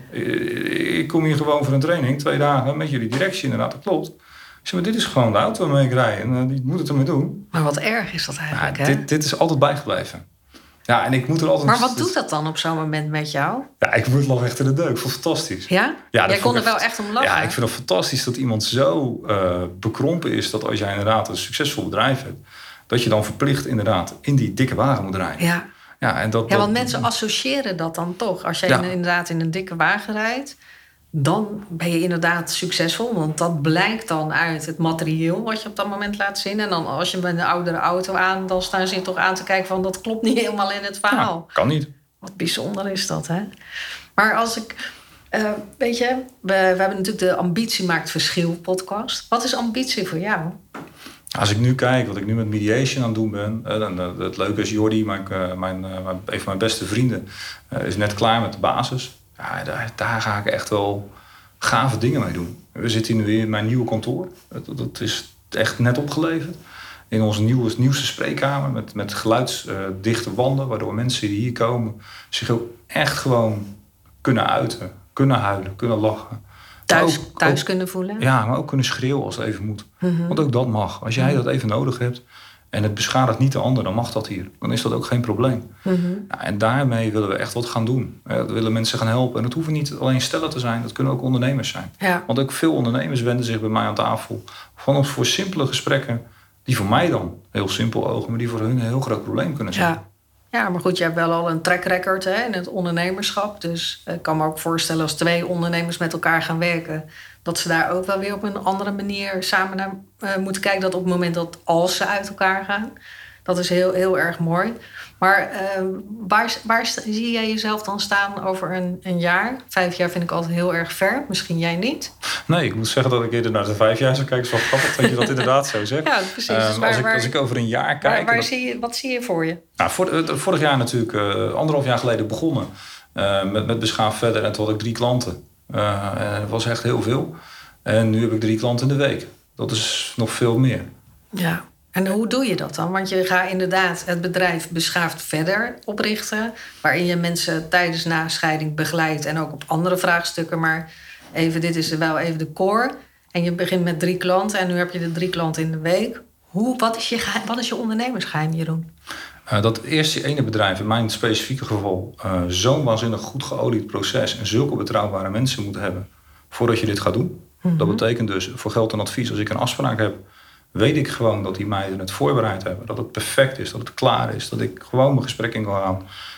ik kom hier gewoon voor een training. Twee dagen met jullie directie, inderdaad, dat klopt. Ik zeg, maar dit is gewoon de auto waarmee ik rij. En uh, die moet het ermee doen. Maar wat erg is dat eigenlijk, ja, hè? Dit, dit is altijd bijgebleven. Ja, en ik moet er altijd... Maar wat doet dat dan op zo'n moment met jou? Ja, ik moet nog echt in de deuk. Ik vond het fantastisch. Ja? Ja, jij kon er wel echt om lachen? Ja, ik vind het fantastisch dat iemand zo uh, bekrompen is... dat als jij inderdaad een succesvol bedrijf hebt... dat je dan verplicht inderdaad in die dikke wagen moet rijden. Ja, ja, en dat, ja want dat, mensen associëren dat dan toch. Als jij ja. inderdaad in een dikke wagen rijdt... dan ben je inderdaad succesvol. Want dat blijkt dan uit het materieel wat je op dat moment laat zien. En dan als je met een oudere auto aan... dan staan ze je toch aan te kijken van... dat klopt niet helemaal in het verhaal. Ja, kan niet. Wat bijzonder is dat, hè? Maar als ik... Uh, weet je, we, we hebben natuurlijk de Ambitie Maakt Verschil podcast. Wat is ambitie voor jou? Als ik nu kijk, wat ik nu met mediation aan het doen ben... en uh, het leuke is, Jordi, mijn, uh, mijn, uh, een van mijn beste vrienden... Uh, is net klaar met de basis. Ja, daar, daar ga ik echt wel gave dingen mee doen. We zitten hier nu weer in mijn nieuwe kantoor. Dat, dat is echt net opgeleverd. In onze nieuwe, nieuwste spreekkamer met, met geluidsdichte uh, wanden... waardoor mensen die hier komen zich ook echt gewoon kunnen uiten. Kunnen huilen, kunnen lachen. Thuis, ook, thuis ook, kunnen voelen? Ja, maar ook kunnen schreeuwen als het even moet. Mm-hmm. Want ook dat mag. Als jij dat even nodig hebt en het beschadigt niet de ander, dan mag dat hier. Dan is dat ook geen probleem. Mm-hmm. Ja, en daarmee willen we echt wat gaan doen. We willen mensen gaan helpen. En dat hoeven niet alleen stellen te zijn, dat kunnen ook ondernemers zijn. Ja. Want ook veel ondernemers wenden zich bij mij aan tafel. Gewoon voor simpele gesprekken, die voor mij dan heel simpel ogen, maar die voor hun een heel groot probleem kunnen zijn. Ja. Ja, maar goed, je hebt wel al een track record hè, in het ondernemerschap. Dus ik kan me ook voorstellen als twee ondernemers met elkaar gaan werken... dat ze daar ook wel weer op een andere manier samen naar uh, moeten kijken. Dat op het moment dat als ze uit elkaar gaan. Dat is heel, heel erg mooi. Maar uh, waar, waar zie jij jezelf dan staan over een, een jaar? Vijf jaar vind ik altijd heel erg ver. Misschien jij niet? Nee, ik moet zeggen dat ik eerder naar de vijf jaar zou kijken. Het is wel grappig dat je dat inderdaad zo zegt. Ja, precies. Um, dus waar, als, ik, waar, als ik over een jaar kijk... Waar, waar dat, zie je, wat zie je voor je? Nou, voor, vorig jaar natuurlijk, uh, anderhalf jaar geleden begonnen. Uh, met, met Beschaafd Verder. En toen had ik drie klanten. Uh, en dat was echt heel veel. En nu heb ik drie klanten in de week. Dat is nog veel meer. Ja. En hoe doe je dat dan? Want je gaat inderdaad het bedrijf Beschaafd Verder oprichten... waarin je mensen tijdens nascheiding begeleidt... en ook op andere vraagstukken. Maar even, dit is wel even de core. En je begint met drie klanten en nu heb je de drie klanten in de week. Hoe, wat, is je, wat is je ondernemersgeheim, Jeroen? Uh, dat eerste ene bedrijf, in mijn specifieke geval... Uh, zo'n waanzinnig goed geolied proces... en zulke betrouwbare mensen moet hebben... voordat je dit gaat doen. Mm-hmm. Dat betekent dus voor geld en advies, als ik een afspraak heb... weet ik gewoon dat die meiden het voorbereid hebben. Dat het perfect is, dat het klaar is. Dat ik gewoon mijn gesprek in kan gaan.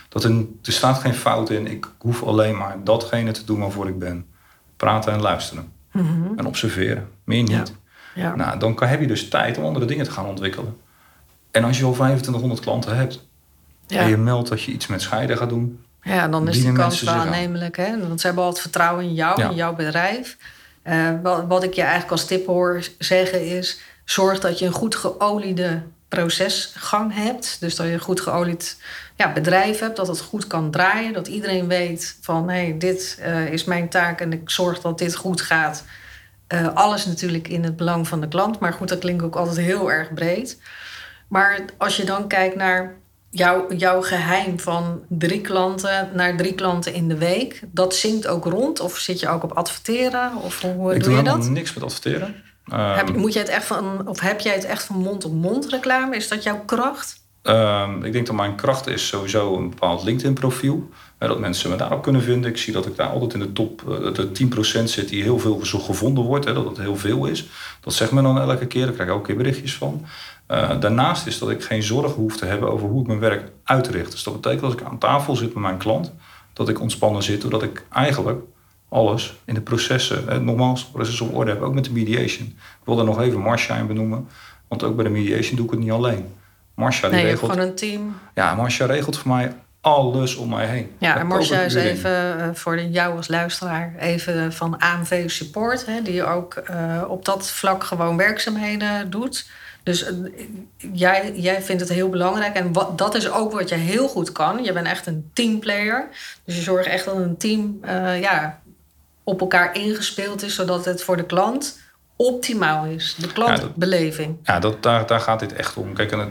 Dat er, er staat geen fout in. Ik hoef alleen maar datgene te doen waarvoor ik ben. Praten en luisteren. Mm-hmm. En observeren. Meer niet. Ja. Ja. Nou, dan kan, heb je dus tijd om andere dingen te gaan ontwikkelen. En als je al vijfentwintighonderd klanten hebt... Ja. en je meldt dat je iets met scheiden gaat doen... Ja, dan is die kans wel aannemelijk. Hè? Want ze hebben al het vertrouwen in jou, ja. in jouw bedrijf. Uh, wat, wat ik je eigenlijk als tip hoor zeggen is... zorg dat je een goed geoliede procesgang hebt. Dus dat je een goed geolied ja, bedrijf hebt. Dat het goed kan draaien. Dat iedereen weet van... hé, hey, dit uh, is mijn taak en ik zorg dat dit goed gaat. Uh, alles natuurlijk in het belang van de klant. Maar goed, dat klinkt ook altijd heel erg breed. Maar als je dan kijkt naar... Jouw, jouw geheim van drie klanten naar drie klanten in de week... dat zinkt ook rond? Of zit je ook op adverteren? Of hoe ik doe je dat? Ik doe niks met adverteren. Heb, moet je het echt van, of heb jij het echt van mond-op-mond reclame? Is dat jouw kracht? Um, ik denk dat mijn kracht is sowieso een bepaald LinkedIn-profiel. Dat mensen me daarop kunnen vinden. Ik zie dat ik daar altijd in de top de tien procent zit... die heel veel gevonden wordt. Hè, dat het heel veel is. Dat zegt men dan elke keer. Daar krijg ik elke keer berichtjes van. Uh, daarnaast is dat ik geen zorgen hoef te hebben over hoe ik mijn werk uitricht. Dus dat betekent dat als ik aan tafel zit met mijn klant... dat ik ontspannen zit, doordat ik eigenlijk alles in de processen... Hè, nogmaals, processen op orde heb, ook met de mediation. Ik wil daar nog even Marcia in benoemen. Want ook bij de mediation doe ik het niet alleen. Marcia, die nee, regelt... gewoon een team. Ja, Marcia regelt voor mij alles om mij heen. Ja, en Marcia is even uh, voor de, jou als luisteraar... even van A M V Support... Hè, die ook uh, op dat vlak gewoon werkzaamheden doet... Dus uh, jij, jij vindt het heel belangrijk. En wat, dat is ook wat je heel goed kan. Je bent echt een teamplayer. Dus je zorgt echt dat een team uh, ja, op elkaar ingespeeld is... zodat het voor de klant optimaal is. De klantbeleving. Ja, dat, ja dat, daar, daar gaat dit echt om. Kijk, en het,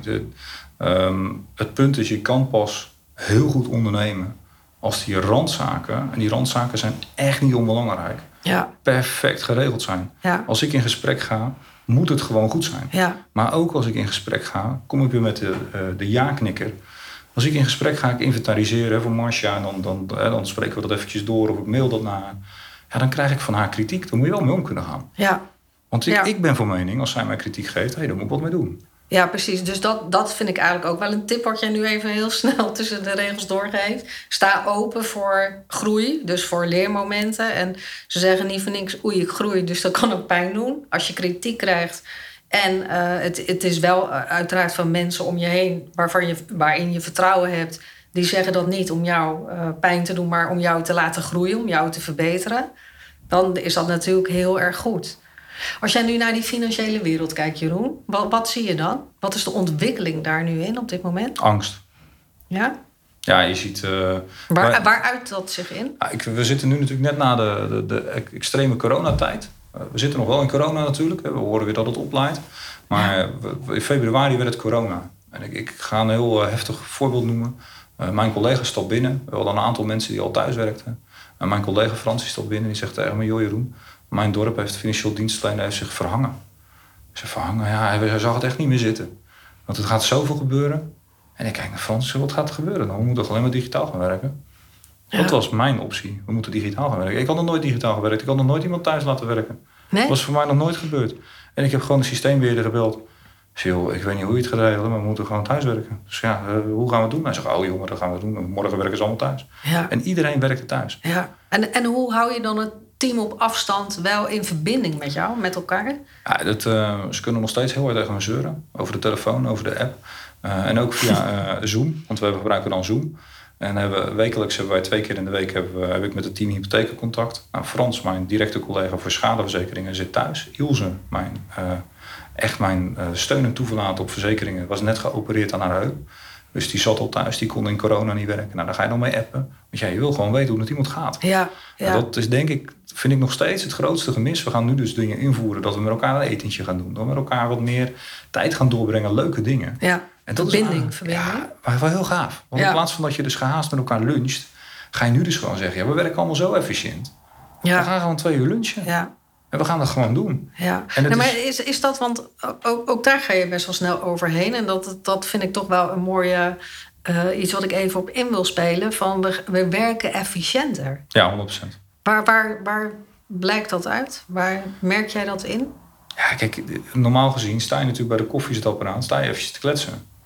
um, het punt is, je kan pas heel goed ondernemen... als die randzaken, en die randzaken zijn echt niet onbelangrijk... Ja. perfect geregeld zijn. Ja. Als ik in gesprek ga... moet het gewoon goed zijn. Ja. Maar ook als ik in gesprek ga, kom ik weer met de, uh, de ja-knikker. Als ik in gesprek ga, ik inventariseren van Marcia... en dan, dan, uh, dan spreken we dat eventjes door of ik mail dat naar haar. Ja, dan krijg ik van haar kritiek. Daar moet je wel mee om kunnen gaan. Ja. Want ik, ja. ik ben van mening, als zij mij kritiek geeft... Hey, daar moet ik wat mee doen. Ja, precies. Dus dat, dat vind ik eigenlijk ook wel een tip... wat jij nu even heel snel tussen de regels doorgeeft. Sta open voor groei, dus voor leermomenten. En ze zeggen niet voor niks, oei, ik groei, dus dat kan ook pijn doen. Als je kritiek krijgt... en uh, het, het is wel uh, uiteraard van mensen om je heen... Waarvan je, waarin je vertrouwen hebt... die zeggen dat niet om jou uh, pijn te doen... maar om jou te laten groeien, om jou te verbeteren... dan is dat natuurlijk heel erg goed... Als jij nu naar die financiële wereld kijkt, Jeroen... Wat, wat zie je dan? Wat is de ontwikkeling daar nu in op dit moment? Angst. Ja? Ja, je ziet... Uh, waar, wij, waar uit dat zich in? Ja, ik, we zitten nu natuurlijk net na de, de, de extreme coronatijd. Uh, we zitten nog wel in corona natuurlijk. We horen weer dat het oplaait. Maar ja. we, in februari werd het corona. En ik, ik ga een heel uh, heftig voorbeeld noemen. Uh, mijn collega stapt binnen. We hadden een aantal mensen die al thuis werkten. En mijn collega Frans die stapt binnen en die zegt tegen me... Joh, Jeroen, mijn dorp heeft financieel dienstverlener heeft zich verhangen. Ik zeg, verhangen? Ja, hij, hij zag het echt niet meer zitten. Want het gaat zoveel gebeuren. En ik kijk naar Frans, wat gaat er gebeuren? Nou, we moeten alleen maar digitaal gaan werken. Ja. Dat was mijn optie. We moeten digitaal gaan werken. Ik had nog nooit digitaal gewerkt. Ik had nog nooit iemand thuis laten werken. Nee? Dat was voor mij nog nooit gebeurd. En ik heb gewoon de systeembeheerder gebeld. Ik zei, joh, ik weet niet hoe je het gaat regelen, maar we moeten gewoon thuis werken. Dus ja, uh, hoe gaan we het doen? Hij zegt, oh jongen, dat gaan we doen. Morgen werken ze allemaal thuis. Ja. En iedereen werkte thuis. Ja. En, en hoe hou je dan het team op afstand wel in verbinding met jou, met elkaar? Ja, dat, uh, ze kunnen nog steeds heel hard tegen me zeuren. Over de telefoon, over de app. Uh, en ook via uh, Zoom, want we gebruiken dan Zoom. En hebben, wekelijks hebben wij twee keer in de week hebben we, heb ik met het team hypotheken contact. Nou, Frans, mijn directe collega voor schadeverzekeringen, zit thuis. Ilse, mijn, uh, echt mijn uh, steun en toeverlaten op verzekeringen, was net geopereerd aan haar heup. Dus die zat al thuis, die kon in corona niet werken. Nou, daar ga je dan mee appen. Want ja, je wil gewoon weten hoe het iemand gaat. Ja, ja. Dat is denk ik, vind ik nog steeds het grootste gemis. We gaan nu dus dingen invoeren dat we met elkaar een etentje gaan doen. Dat we met elkaar wat meer tijd gaan doorbrengen, leuke dingen. Ja, en dat verbinding, is, verbinding. Ja, maar wel heel gaaf. Want ja. in plaats van dat je dus gehaast met elkaar luncht, ga je nu dus gewoon zeggen, ja, we werken allemaal zo efficiënt. Ja. We gaan gewoon twee uur lunchen. Ja. En we gaan dat gewoon doen. Ja. En nou, maar is... is, is dat, want ook, ook daar ga je best wel snel overheen. En dat, dat vind ik toch wel een mooie, uh, iets wat ik even op in wil spelen. Van we, we werken efficiënter. Ja, honderd procent. Waar, waar, waar blijkt dat uit? Waar merk jij dat in? Ja, kijk, normaal gezien sta je natuurlijk bij de koffiezetapparaat, sta je eventjes te kletsen.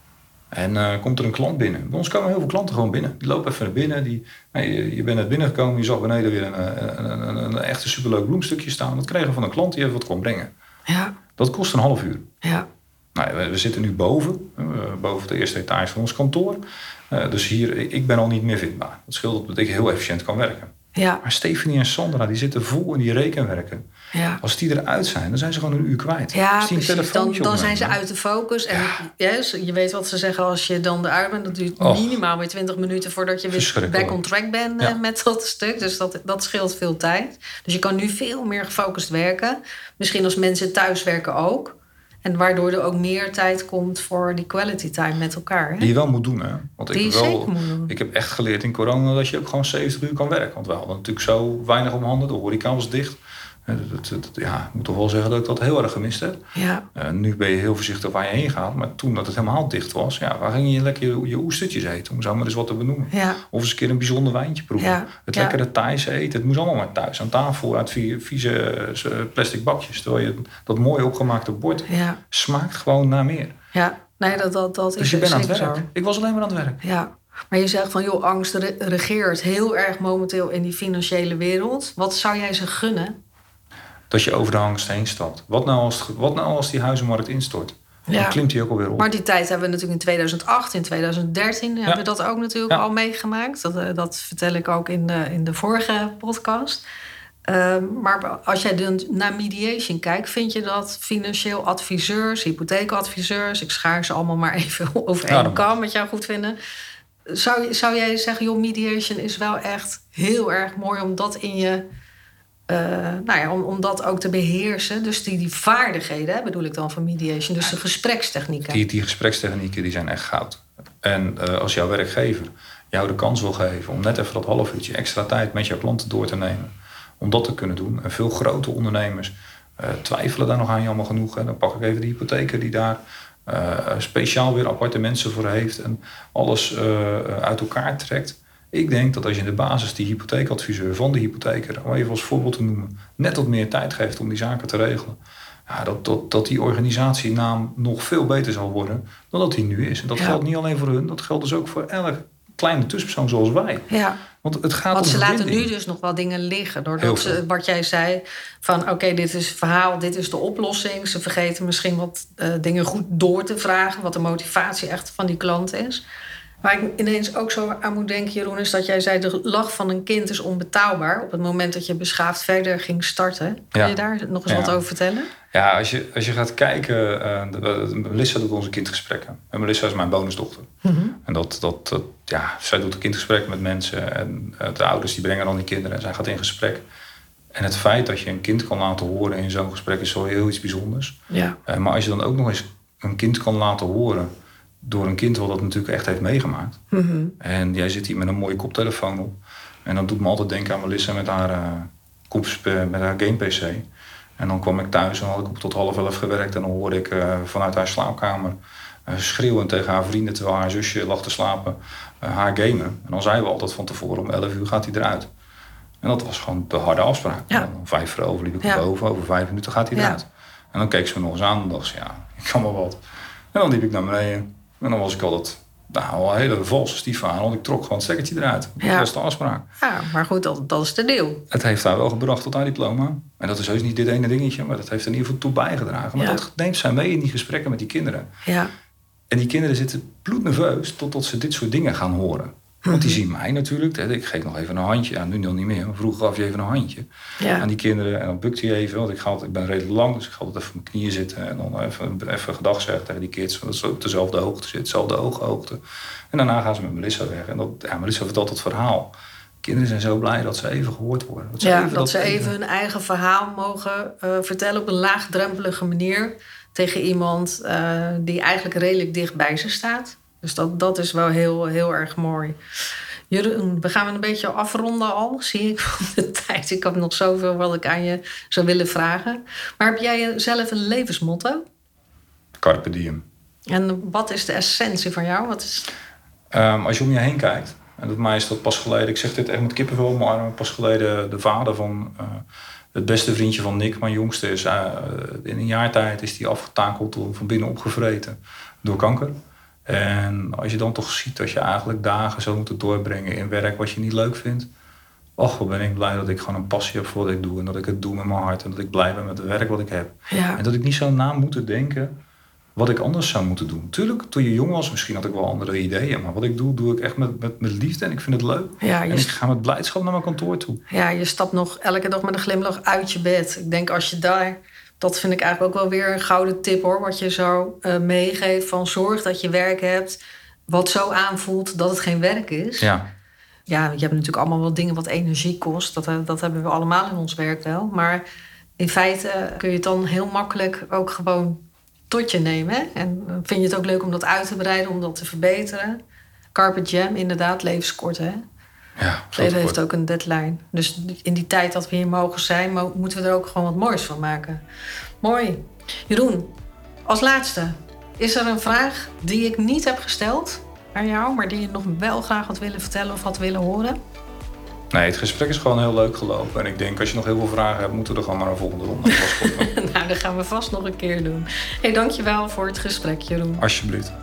En uh, komt er een klant binnen. Bij ons komen heel veel klanten gewoon binnen. Die lopen even naar binnen. Die, hey, je, je bent net binnengekomen. Je zag beneden weer een, een, een, een echt superleuk bloemstukje staan. Dat kregen we van een klant die even wat kon brengen. Ja. Dat kost een half uur. Ja. Nou, we, we zitten nu boven. Uh, boven de eerste etage van ons kantoor. Uh, dus hier, ik ben al niet meer vindbaar. Dat scheelt dat ik heel efficiënt kan werken. Ja. Maar Stephanie en Sandra, die zitten vol in die rekenwerken. Ja. Als die eruit zijn, dan zijn ze gewoon een uur kwijt. Ja, precies. Dan, dan zijn ze uit de focus. En ja. Yes, je weet wat ze zeggen, als je dan eruit bent... dat duurt Och. minimaal weer twintig minuten voordat je weer back on track bent ja. met dat stuk. Dus dat, dat scheelt veel tijd. Dus je kan nu veel meer gefocust werken. Misschien als mensen thuis werken ook. En waardoor er ook meer tijd komt voor die quality time met elkaar. Hè? Die je wel moet doen, hè? Want die ik, je wel, zeker moet doen. Ik heb echt geleerd in corona dat je ook gewoon zeventig uur kan werken. Want we hadden natuurlijk zo weinig om handen. De horeca was dicht. Dat, dat, ja, ik moet toch wel zeggen dat ik dat heel erg gemist heb. Ja. Uh, nu ben je heel voorzichtig waar je heen gaat. Maar toen dat het helemaal dicht was, ja, waar ging je lekker je, je oestertjes eten? Om zo maar eens wat te benoemen. Ja. Of eens een keer een bijzonder wijntje proeven. Ja. Het ja. lekkere Thaise eten. Het moest allemaal maar thuis aan tafel uit vieze plastic bakjes. Terwijl je dat mooi opgemaakte bord ja. smaakt gewoon naar meer. Ja, nee, dat, dat, dat dus is je bent aan het werk. Zo. Ik was alleen maar aan het werk. Ja. Maar je zegt van, joh, angst regeert heel erg momenteel in die financiële wereld. Wat zou jij ze gunnen? Dat je over de angst heen stapt. Wat nou als, wat nou als die huizenmarkt instort? Dan ja. klimt hij ook alweer op. Maar die tijd hebben we natuurlijk in tweeduizend acht, in tweeduizend dertien... Ja. hebben we dat ook natuurlijk ja. al meegemaakt. Dat, dat vertel ik ook in de, in de vorige podcast. Um, maar als jij dan naar mediation kijkt... vind je dat financieel adviseurs, hypotheekadviseurs... ik schaar ze allemaal maar even over één ja, kam, wat jou goed vinden... Zou, zou jij zeggen, joh, mediation is wel echt heel erg mooi... om dat in je... Uh, nou ja, om, om dat ook te beheersen. Dus die, die vaardigheden, hè, bedoel ik dan van mediation. Dus de gesprekstechnieken. Die, die gesprekstechnieken die zijn echt goud. En uh, als jouw werkgever jou de kans wil geven... om net even dat half uurtje extra tijd met jouw klanten door te nemen... om dat te kunnen doen. En veel grote ondernemers uh, twijfelen daar nog aan jammer genoeg. Hè. Dan pak ik even de hypotheker die daar... Uh, speciaal weer aparte mensen voor heeft... en alles uh, uit elkaar trekt... Ik denk dat als je in de basis die hypotheekadviseur van de hypotheker... om even als voorbeeld te noemen... net wat meer tijd geeft om die zaken te regelen... Ja, dat, dat, dat die organisatienaam nog veel beter zal worden... dan dat die nu is. En dat ja. geldt niet alleen voor hun... dat geldt dus ook voor elke kleine tussenpersoon zoals wij. Ja. Want het gaat Want om ze laten verbinding. nu dus nog wel dingen liggen. Doordat ze, wat jij zei, van oké, okay, dit is het verhaal... dit is de oplossing. Ze vergeten misschien wat uh, dingen goed door te vragen... wat de motivatie echt van die klant is... Waar ik ineens ook zo aan moet denken, Jeroen... is dat jij zei, de lach van een kind is onbetaalbaar... op het moment dat je beschaafd verder ging starten. Kun ja. je daar nog eens ja. wat over vertellen? Ja, als je, als je gaat kijken... Uh, de, de, Melissa doet onze kindgesprekken. En Melissa is mijn bonusdochter. Mm-hmm. En dat, dat, dat, ja, zij doet de kindgesprekken met mensen... en uh, de ouders die brengen dan die kinderen... en zij gaat in gesprek. En het feit dat je een kind kan laten horen in zo'n gesprek... is zo heel iets bijzonders. Ja. Uh, maar als je dan ook nog eens een kind kan laten horen... door een kind wat dat natuurlijk echt heeft meegemaakt. Mm-hmm. En jij zit hier met een mooie koptelefoon op. En dat doet me altijd denken aan Melissa met haar, uh, koeps, met haar game-P C. En dan kwam ik thuis en had ik op tot half elf gewerkt. En dan hoorde ik uh, vanuit haar slaapkamer uh, schreeuwen tegen haar vrienden... terwijl haar zusje lag te slapen, uh, haar gamen. En dan zeiden we altijd van tevoren, om elf uur gaat hij eruit. En dat was gewoon de harde afspraak. Ja. Om vijf voor over liep ik ja. boven, over vijf minuten gaat hij eruit. Ja. En dan keek ze me nog eens aan en dacht ze, ja, ik kan wel wat. En dan liep ik naar beneden. En dan was ik altijd nou, al een hele valse stiefvader. Want ik trok gewoon het stekkertje eruit. Dat ja. was de afspraak. Ja, maar goed, dat, dat is de deel. Het heeft haar wel gebracht tot haar diploma. En dat is heus niet dit ene dingetje. Maar dat heeft er in ieder geval toe bijgedragen. Maar ja. dat neemt zij mee in die gesprekken met die kinderen. Ja. En die kinderen zitten bloednerveus totdat ze dit soort dingen gaan horen. Want die zien mij natuurlijk. Ik geef nog even een handje. Ja, nu nog niet meer. Vroeger gaf je even een handje ja. aan die kinderen. En dan bukt hij even. Want ik, ga altijd, ik ben redelijk lang. Dus ik ga altijd even op mijn knieën zitten. En dan even, even gedag zeggen tegen die kids. Dat ze op dezelfde hoogte zitten. Dezelfde ooghoogte. En daarna gaan ze met Melissa weg. En dat, ja, Melissa vertelt het verhaal. Kinderen zijn zo blij dat ze even gehoord worden. Dat ze ja, even, dat, dat ze even, even hun eigen verhaal mogen uh, vertellen op een laagdrempelige manier. Tegen iemand uh, die eigenlijk redelijk dicht bij ze staat. Dus dat, dat is wel heel, heel erg mooi. Jeroen, we gaan een beetje afronden al, zie ik van de tijd. Ik heb nog zoveel wat ik aan je zou willen vragen. Maar heb jij zelf een levensmotto? Carpe diem. En wat is de essentie van jou? Wat is... um, als je om je heen kijkt, en dat mij is dat pas geleden... ik zeg dit echt met kippenvel, maar pas geleden de vader van... Uh, het beste vriendje van Nick, mijn jongste, is uh, in een jaar tijd is hij afgetakeld, van binnen opgevreten door kanker. En als je dan toch ziet dat je eigenlijk dagen zou moeten doorbrengen in werk wat je niet leuk vindt. Och, wat ben ik blij dat ik gewoon een passie heb voor wat ik doe. En dat ik het doe met mijn hart. En dat ik blij ben met het werk wat ik heb. Ja. En dat ik niet zo na moet denken wat ik anders zou moeten doen. Tuurlijk, toen je jong was, misschien had ik wel andere ideeën. Maar wat ik doe, doe ik echt met, met, met liefde. En ik vind het leuk. Ja, en ik ga met blijdschap naar mijn kantoor toe. Ja, je stapt nog elke dag met een glimlach uit je bed. Ik denk als je daar... Dat vind ik eigenlijk ook wel weer een gouden tip hoor. Wat je zo uh, meegeeft van zorg dat je werk hebt. Wat zo aanvoelt dat het geen werk is. Ja. Ja, je hebt natuurlijk allemaal wel dingen wat energie kost. Dat, dat hebben we allemaal in ons werk wel. Maar in feite kun je het dan heel makkelijk ook gewoon tot je nemen. Hè? En vind je het ook leuk om dat uit te breiden, om dat te verbeteren. Carpe diem, inderdaad, levenskort hè. Ja, het leven heeft ook een deadline. Dus in die tijd dat we hier mogen zijn, moeten we er ook gewoon wat moois van maken. Mooi. Jeroen, als laatste. Is er een vraag die ik niet heb gesteld aan jou, maar die je nog wel graag had willen vertellen of had willen horen? Nee, het gesprek is gewoon heel leuk gelopen. En ik denk, als je nog heel veel vragen hebt, moeten we er gewoon maar een volgende ronde. Nou, dat gaan we vast nog een keer doen. Hey, dankjewel voor het gesprek, Jeroen. Alsjeblieft.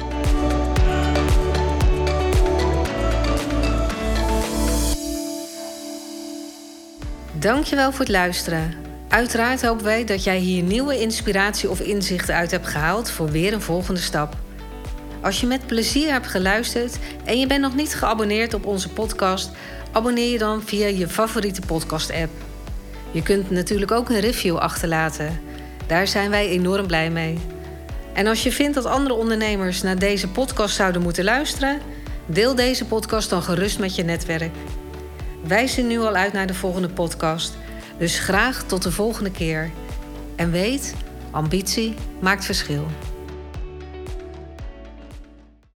Dankjewel voor het luisteren. Uiteraard hopen wij dat jij hier nieuwe inspiratie of inzichten uit hebt gehaald voor weer een volgende stap. Als je met plezier hebt geluisterd en je bent nog niet geabonneerd op onze podcast, abonneer je dan via je favoriete podcast-app. Je kunt natuurlijk ook een review achterlaten. Daar zijn wij enorm blij mee. En als je vindt dat andere ondernemers naar deze podcast zouden moeten luisteren, deel deze podcast dan gerust met je netwerk. Wij zien nu al uit naar de volgende podcast. Dus graag tot de volgende keer. En weet, ambitie maakt verschil.